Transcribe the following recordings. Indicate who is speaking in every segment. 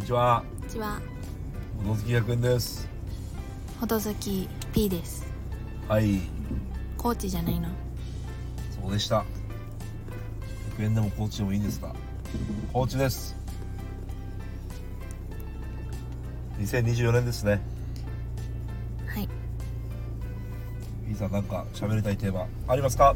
Speaker 1: にちは。
Speaker 2: こんにちは。
Speaker 1: ほどずき100円です。
Speaker 2: ほどずき P です。
Speaker 1: はい、
Speaker 2: コーチじゃないの？
Speaker 1: そうでした。100円でもコーチでもいいんですか？コーチです。2024年ですね。
Speaker 2: はい。
Speaker 1: P さん、なんか喋りたいテーマありますか？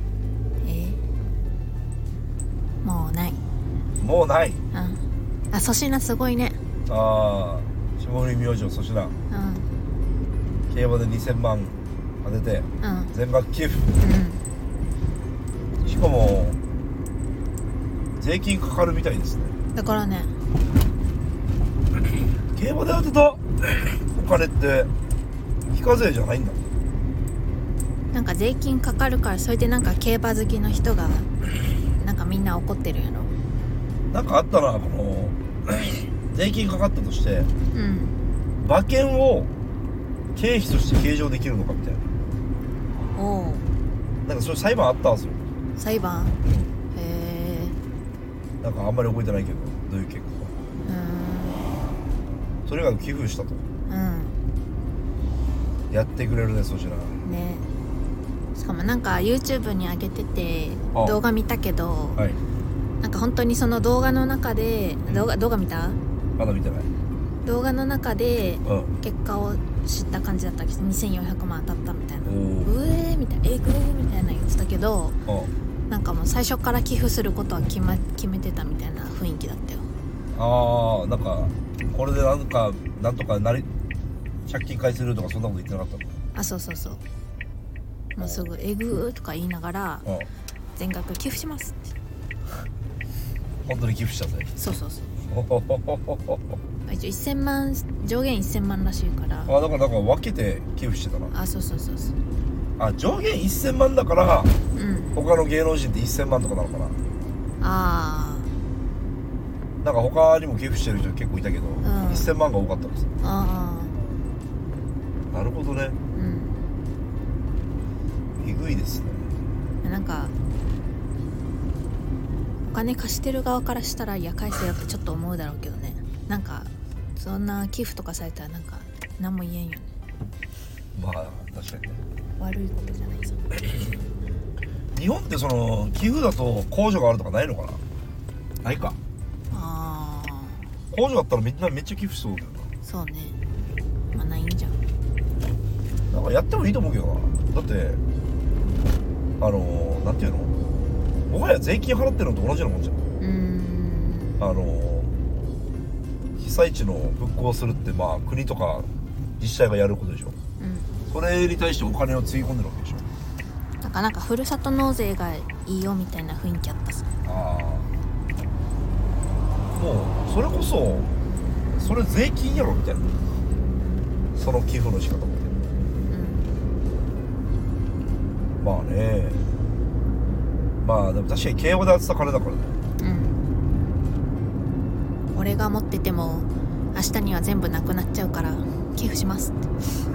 Speaker 2: もうない。
Speaker 1: もうない。
Speaker 2: 粗品すごいね。
Speaker 1: 霜降り明星粗品、競馬で2000万当てて、全額寄付、しかも税金かかるみたいですね。
Speaker 2: だからね、
Speaker 1: 競馬で当てたお金って非課税じゃないんだ。
Speaker 2: なんか税金かかるから、それでなんか競馬好きの人がなんかみんな怒ってるやろ。
Speaker 1: なんかあったな、この税金かかったとして、馬券を経費として計上できるのかみたいな。
Speaker 2: おお。
Speaker 1: なんかそれ裁判あったんですよ。
Speaker 2: 裁判？へ
Speaker 1: え。なんかあんまり覚えてないけど、どういう結果か。それが寄付したと。やってくれるね、そちら。
Speaker 2: ね。しかもなんか YouTube に上げてて動画見たけど、なんか本当にその動画の中で、動画見た？
Speaker 1: まだ見てない。
Speaker 2: 動画の中で結果を知った感じだったけど、2400万当たったみたいな、うえーみたいな、えぐーみたいな言ってたけど、なんかもう最初から寄付することは決めてたみたいな雰囲気だったよ。
Speaker 1: なんかこれでなんとか借金返せるとか、そんなこと言ってなかったの？
Speaker 2: そうそうそう。もうすぐえぐーとか言いながら、全額寄付しますって。
Speaker 1: 本当に寄付したぜ。
Speaker 2: そうそうそう。一応1000万、上限1000万らしいから。
Speaker 1: だからなんか分けて寄付してたな。
Speaker 2: そうそうそうそう。
Speaker 1: 上限1000万だから、他の芸能人って1000万とかなのかな。なんか他にも寄付してる人結構いたけど、1000万が多かったんです。なるほどね。えぐいですね。
Speaker 2: なんかお金貸してる側からしたら、いや返せよってちょっと思うだろうけどね。なんかそんな寄付とかされたらなんか何も言えんよね。
Speaker 1: まあ確かにね。
Speaker 2: 悪いことじゃないぞ。
Speaker 1: 日本ってその寄付だと控除があるとかないのかな。ないか。控除だったらみんなめっちゃ寄付しそうだけどな。
Speaker 2: そうね。まあないんじゃん。
Speaker 1: なんかやってもいいと思うけどな。だってなんていうの、もはや税金払ってるのと同じようなもんじゃん。被災地の復興するって、まあ国とか自治体がやることでしょ。それに対してお金をつぎ込んでるわけでしょ。
Speaker 2: なんかふるさと納税がいいよみたいな雰囲気あったさ。
Speaker 1: もうそれこそそれ税金やろみたいな、その寄付の仕方って。まあね。まあでも確かに競馬で当てた金だからね。
Speaker 2: 俺が持ってても明日には全部なくなっちゃうから寄付しますって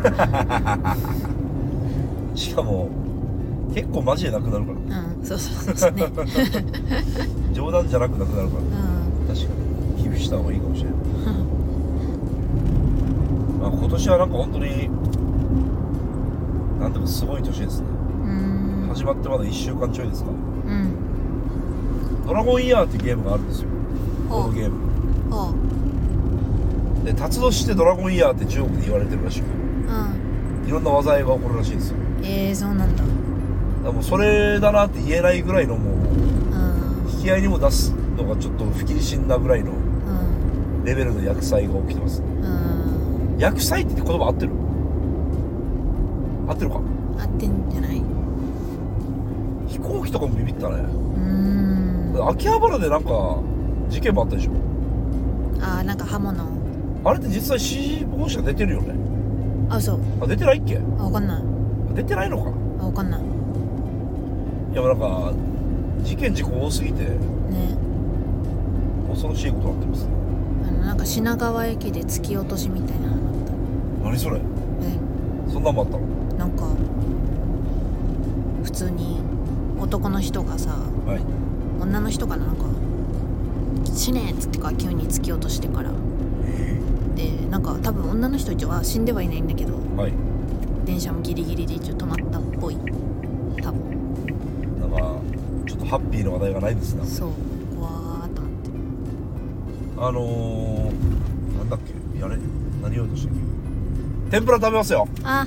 Speaker 1: しかも結構マジでなくなるから。
Speaker 2: そうそうそうね
Speaker 1: 冗談じゃなくなくなるから、確かに寄付した方がいいかもしれない。今年はなんか本当になんでもすごい年ですね。始まってまだ1週間ちょいですか。ドラゴンイヤーっていうゲームがあるんですよ。ボードゲームで、辰年してドラゴンイヤーって中国で言われてるらしく、いろんな災いが起こるらしいんですよ。
Speaker 2: そうなんだ。
Speaker 1: だからもうそれだなって言えないぐらいの、もう引き合いにも出すのがちょっと不謹慎なぐらいのレベルの厄災が起きてますね。厄災って言葉合ってる？合ってるか？
Speaker 2: 合ってんじゃない？
Speaker 1: 飛行機とかもビビったね。秋葉原でなんか事件もあったでしょ。
Speaker 2: なんか刃物。
Speaker 1: あれって実際死亡者出てるよね。
Speaker 2: そう。
Speaker 1: 出てないっけ？
Speaker 2: 分かんない。
Speaker 1: 出てないのか。
Speaker 2: 分かんない。
Speaker 1: いや、なんか事故多すぎてね、恐ろしいことになってます。
Speaker 2: なんか品川駅で突き落としみたいなのあった。
Speaker 1: 何それ？そんなんもあったの？
Speaker 2: なんか普通に男の人がさ、女の人かな、なんか死ねっつってから急に突き落としてからで、なんか多分女の人一応は死んではいないんだけど、
Speaker 1: はい、
Speaker 2: 電車もギリギリで一応止まったっぽい。多分
Speaker 1: なんかちょっとハッピーな話題がないですね。
Speaker 2: そう、怖ーっと思って。
Speaker 1: なんだっけ、あれ何言おうとしたっけ。天ぷら食べますよ。
Speaker 2: あ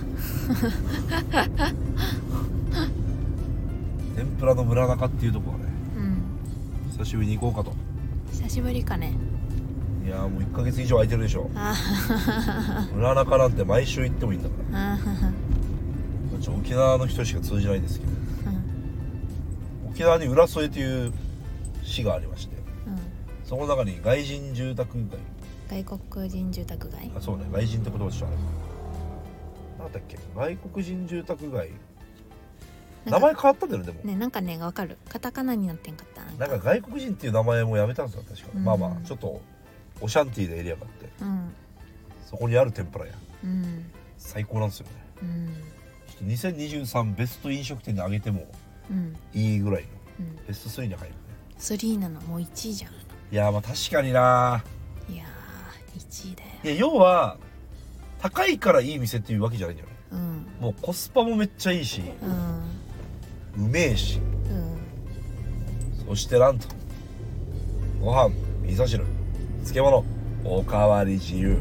Speaker 1: 天ぷらの村中っていうとこはね、
Speaker 2: うん、
Speaker 1: 久しぶりに行こうかと。
Speaker 2: 久しぶりかね。
Speaker 1: いやーもう1ヶ月以上空いてるでしょ。
Speaker 2: あ
Speaker 1: 村中なんて毎週行ってもいいんだから。
Speaker 2: あ
Speaker 1: 沖縄の人しか通じないですけど、
Speaker 2: うん、
Speaker 1: 沖縄に浦添という市がありまして、
Speaker 2: うん、
Speaker 1: そこの中に外人住宅街、
Speaker 2: 外国人住宅街、
Speaker 1: あ、そうね、外人って言葉でしょあれ。なんだっけ、外国人住宅街、名前変わったんだよね。でも
Speaker 2: ね、なんかね、わかる、カタカナになってんかった。
Speaker 1: なんか外国人っていう名前もやめたんですよ確か、まあまあちょっとオシャンティーなエリアがあって、そこにある天ぷら屋、最高なんですよね。ちょっと2023ベスト飲食店で挙げてもいいぐらいの、ベスト3に入るね。
Speaker 2: 3なの、もう1位じゃん。
Speaker 1: いやまあ確かにな。
Speaker 2: いやー1位だよ。
Speaker 1: いや要は高いからいい店っていうわけじゃないんだよね。もうコスパもめっちゃいいし、うめえし、そしてなんとご飯、味噌汁、漬物おかわり自由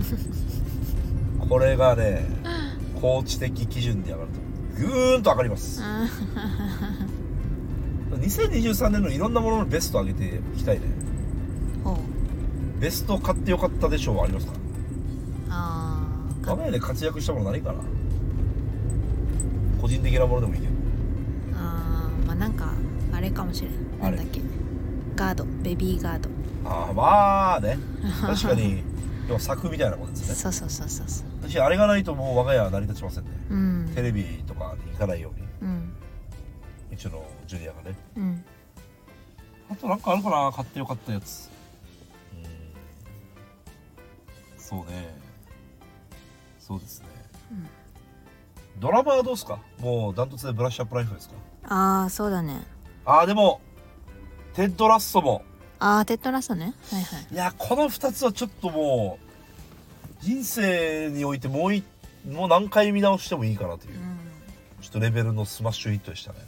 Speaker 1: これがね高知的基準に上がるとぐーんと上がります。2023年のいろんなもののベスト上げていきたいね。ベスト買ってよかったでしょうありますか。我が家で活躍したもの何かな。個人的なものでもいいけど、
Speaker 2: まあなんかあれかもしれん。なんだっけ、ガード、ベビーガード。
Speaker 1: まあね確かに要は柵みたいなものですね。
Speaker 2: そうそうそうそう。
Speaker 1: 私あれがないともう我が家は成り立ちませんね。テレビとかに行かないように、うちのジュニアがね。あとなんかあるかな、買ってよかったやつ。そうね、そうですね、ドラマはどうですか。もうダントツでブラッシュアップライフですか。
Speaker 2: そうだね。
Speaker 1: でもテッドラッソも、
Speaker 2: テッドラッソね。はいはい。
Speaker 1: いやこの2つはちょっともう人生においてもう何回見直してもいいかなという、ちょっとレベルのスマッシュヒットでしたね。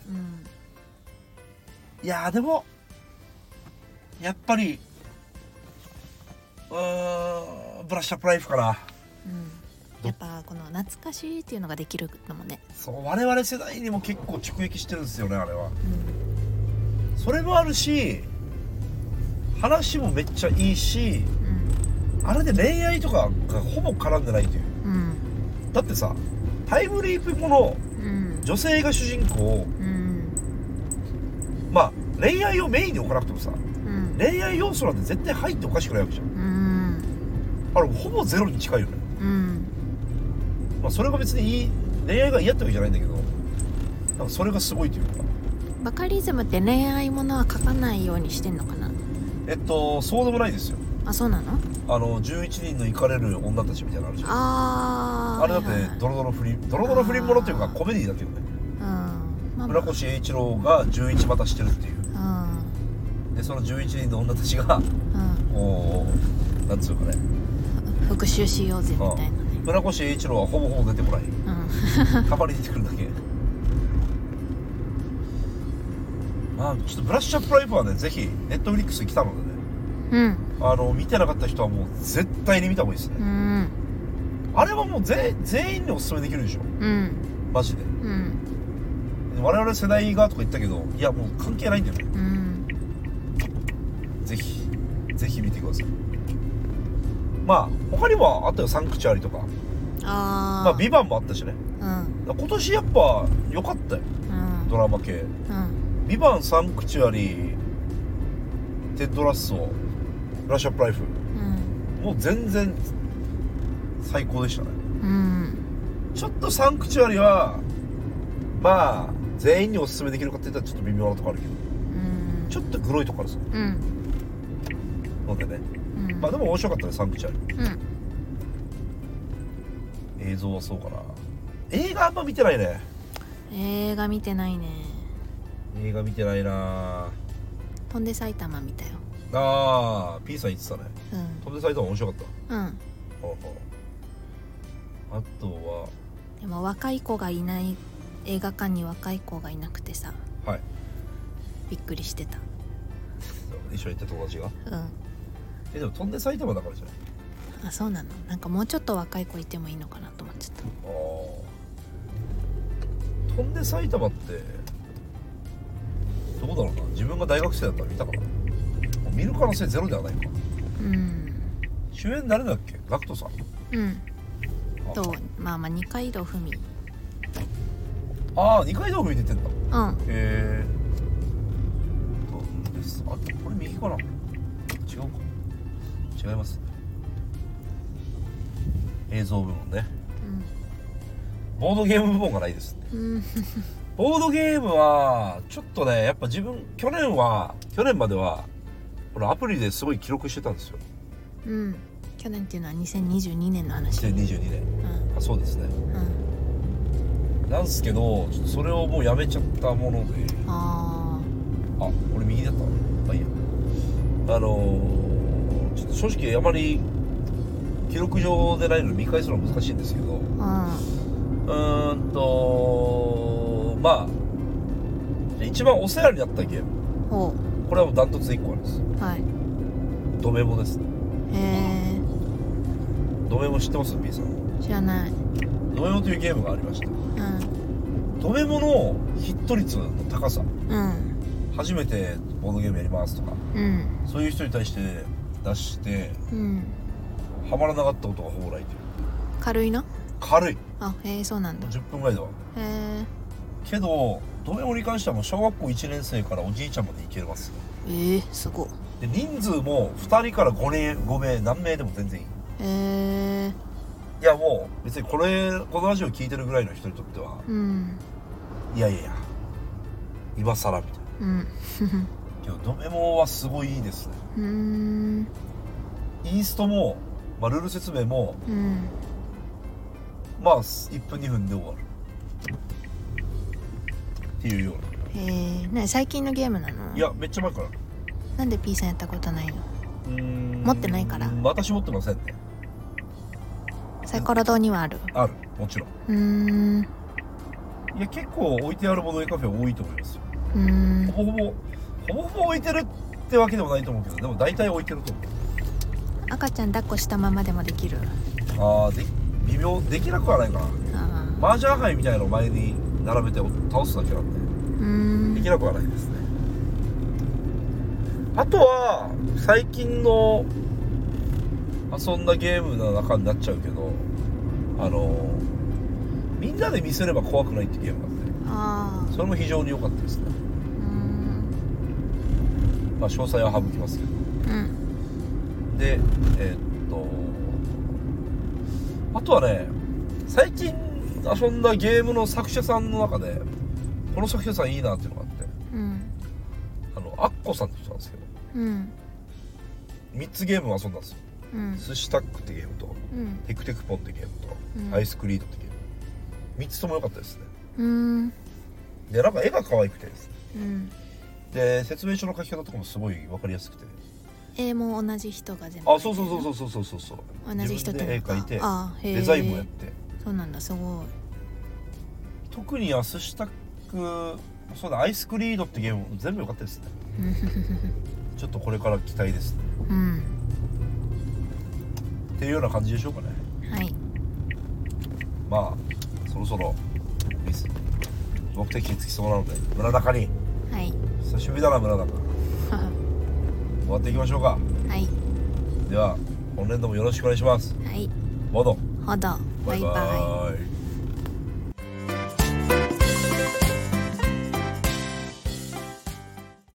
Speaker 1: いやでもやっぱりブラッシュアップライフかな。
Speaker 2: やっぱこの懐かしいっていうのができるのもね、
Speaker 1: そう我々世代にも結構直撃してるんですよねあれは。それもあるし話もめっちゃいいし、あれで恋愛とかがほぼ絡んでないという、だってさタイムリープもの、女性が主人公、まあ恋愛をメインに置かなくてもさ、恋愛要素なんて絶対入っておかしくないわけじゃん。あれほぼゼロに近いよね。まあそれが別にいい恋愛が嫌ってわけじゃないんだけど、なんかそれがすごいというか。
Speaker 2: バカリズムって恋愛ものは書かないようにしてんのかな。
Speaker 1: そうでもないですよ。
Speaker 2: そうなの。
Speaker 1: 11人のイカれる女たちみたいなのあるじゃん。あれだってドロドロ不倫ものっていうかコメディだけどね。村越英一郎が11またしてるっていう、でその11人の女たちが、こうなんつうかね、
Speaker 2: 復讐しようぜみたいなね。
Speaker 1: 村越英一郎はほぼほぼ出てこない、たまに出てくるだけ。ちょっとブラッシュアップライフはねぜひネットフリックスに来たのでね、見てなかった人はもう絶対に見た方がいいですね。あれはもう全員におすすめできるでしょ、マジで。我々世代がとか言ったけど、いやもう関係ないんだよね。ぜひぜひ見てください。まあ他にもあったよ、サンクチュアリとか、ビバンもあったしね。今年やっぱ良かったよ、ドラマ系。ビバン、サンクチュアリ、テッドラッソ、ブラッシュアップライフ、もう全然最高でしたね。ちょっとサンクチュアリはまあ全員におすすめできるかって言ったらちょっと微妙なとこあるけど、ちょっとグロいとこあるぞ、のでね、まあでも面白かったねサンクチュアリ。映像はそうかな。映画あんま見てないね。
Speaker 2: 映画見てないね。
Speaker 1: 映画見てないな。
Speaker 2: 飛んで埼玉見たよ。
Speaker 1: P さん言ってたね。飛んで埼玉面白かった。 あとは
Speaker 2: でも若い子がいない、映画館に若い子がいなくてさ、
Speaker 1: はい、
Speaker 2: びっくりしてた。
Speaker 1: 一緒に行った友達が。
Speaker 2: うん。
Speaker 1: でも飛んで埼玉だからじゃない。
Speaker 2: あ、そうなの。なんかもうちょっと若い子いてもいいのかなと思っちゃった。
Speaker 1: 飛んで埼玉ってどうだろうな。自分が大学生だったら見たかな。見る可能性ゼロではないか。
Speaker 2: うん。
Speaker 1: 主演誰だっけ、ガクトさん。
Speaker 2: うん。とまあ二階堂ふみ。
Speaker 1: ああ、二階堂ふみ出てんだ。
Speaker 2: うん。
Speaker 1: へえ。あ、これ右かな。違うか。違います。映像部門ね。うん。ボードゲーム部門がないですね。うん。ボードゲームはちょっとね、やっぱ自分去年まではこのアプリですごい記録してたんですよ。
Speaker 2: うん。去年っていうのは2022年の話。
Speaker 1: 2022年。うん、あ、そうですね。うん。なんすけど、ちょっとそれをもうやめちゃったもので。あ、俺右だった。まあいいや。ちょっと正直あまり記録上でないので見返すのは難しいんですけど、まあ一番お世話になったゲーム、これはもうダントツで1個あるんです。はい。ドメモですね。へえ。ドメモ知ってます B さん？
Speaker 2: 知らない。
Speaker 1: ドメモというゲームがありました。うん。ドメモのヒット率の高さ、うん、初めてボードゲームやりますとか、うん、そういう人に対して出して、うん、ハマらなかったことがほぼないという。軽いの？軽い。
Speaker 2: あ、へえ、そうなんだ。
Speaker 1: 10分ぐらいでは。へえ。けどドメモに関してはもう小学校1年生からおじいちゃんまでいけますよ。
Speaker 2: すごい。
Speaker 1: で人数も2人から5名何名でも全然いい。へえ。いやもう別にこのラジオ聞いてるぐらいの人にとっては、うん、いや今更みたいな。うん。けどドメモはすごいいいですね。インストも、まあ、ルール説明も、うん、まあ1分2分で終わるっていうよう
Speaker 2: な。最近のゲームなの？
Speaker 1: いやめっちゃ前から。
Speaker 2: なんで P さんやったことないの？持ってないから。
Speaker 1: 私持ってませんね。
Speaker 2: サイコロ堂にはある？
Speaker 1: ある、もちろん。いや結構置いてあるボードゲームカフェ多いと思いますよ。ほぼほぼ置いてるってわけでもないと思うけど、でも大体置いてると思う。
Speaker 2: 赤ちゃん抱っこしたままでもできる？
Speaker 1: 微妙、できなくはないかな。麻雀牌みたいなのを前に並べて倒すだけなんで、できなくはないですね。あとは最近の遊んだゲームの中になっちゃうけど、みんなで見せれば怖くないってゲームがあって、それも非常に良かったですね。まあ詳細は省きますけど、であとはね、最近遊んだゲームの作者さんの中でこの作者さんいいなっていうのがあって、アッコさんって人なんですけど、3つゲームを遊んだんですよ。寿司タックってゲームと、テクテクポンってゲームと、アイスクリードってゲーム、3つとも良かったですね。でなんか絵が可愛くてですね、で説明書の書き方とかもすごい分かりやすくて、
Speaker 2: 絵も同じ人が全部。
Speaker 1: そう
Speaker 2: 同じ人って
Speaker 1: 絵描いてデザインもやって。
Speaker 2: そうなんだ、すごい。
Speaker 1: 特に寿司タック、そうだ、アイスクリードってゲーム全部良かったですね。ちょっとこれから期待ですね。っていうような感じでしょうかね。はい。まあそろそろ目的に着きそうなので、村中に。はい。久しぶりだな、村中。終わっていきましょうか。はい。では本年度もよろしくお願いします。はい。ほど。
Speaker 2: バイバイ。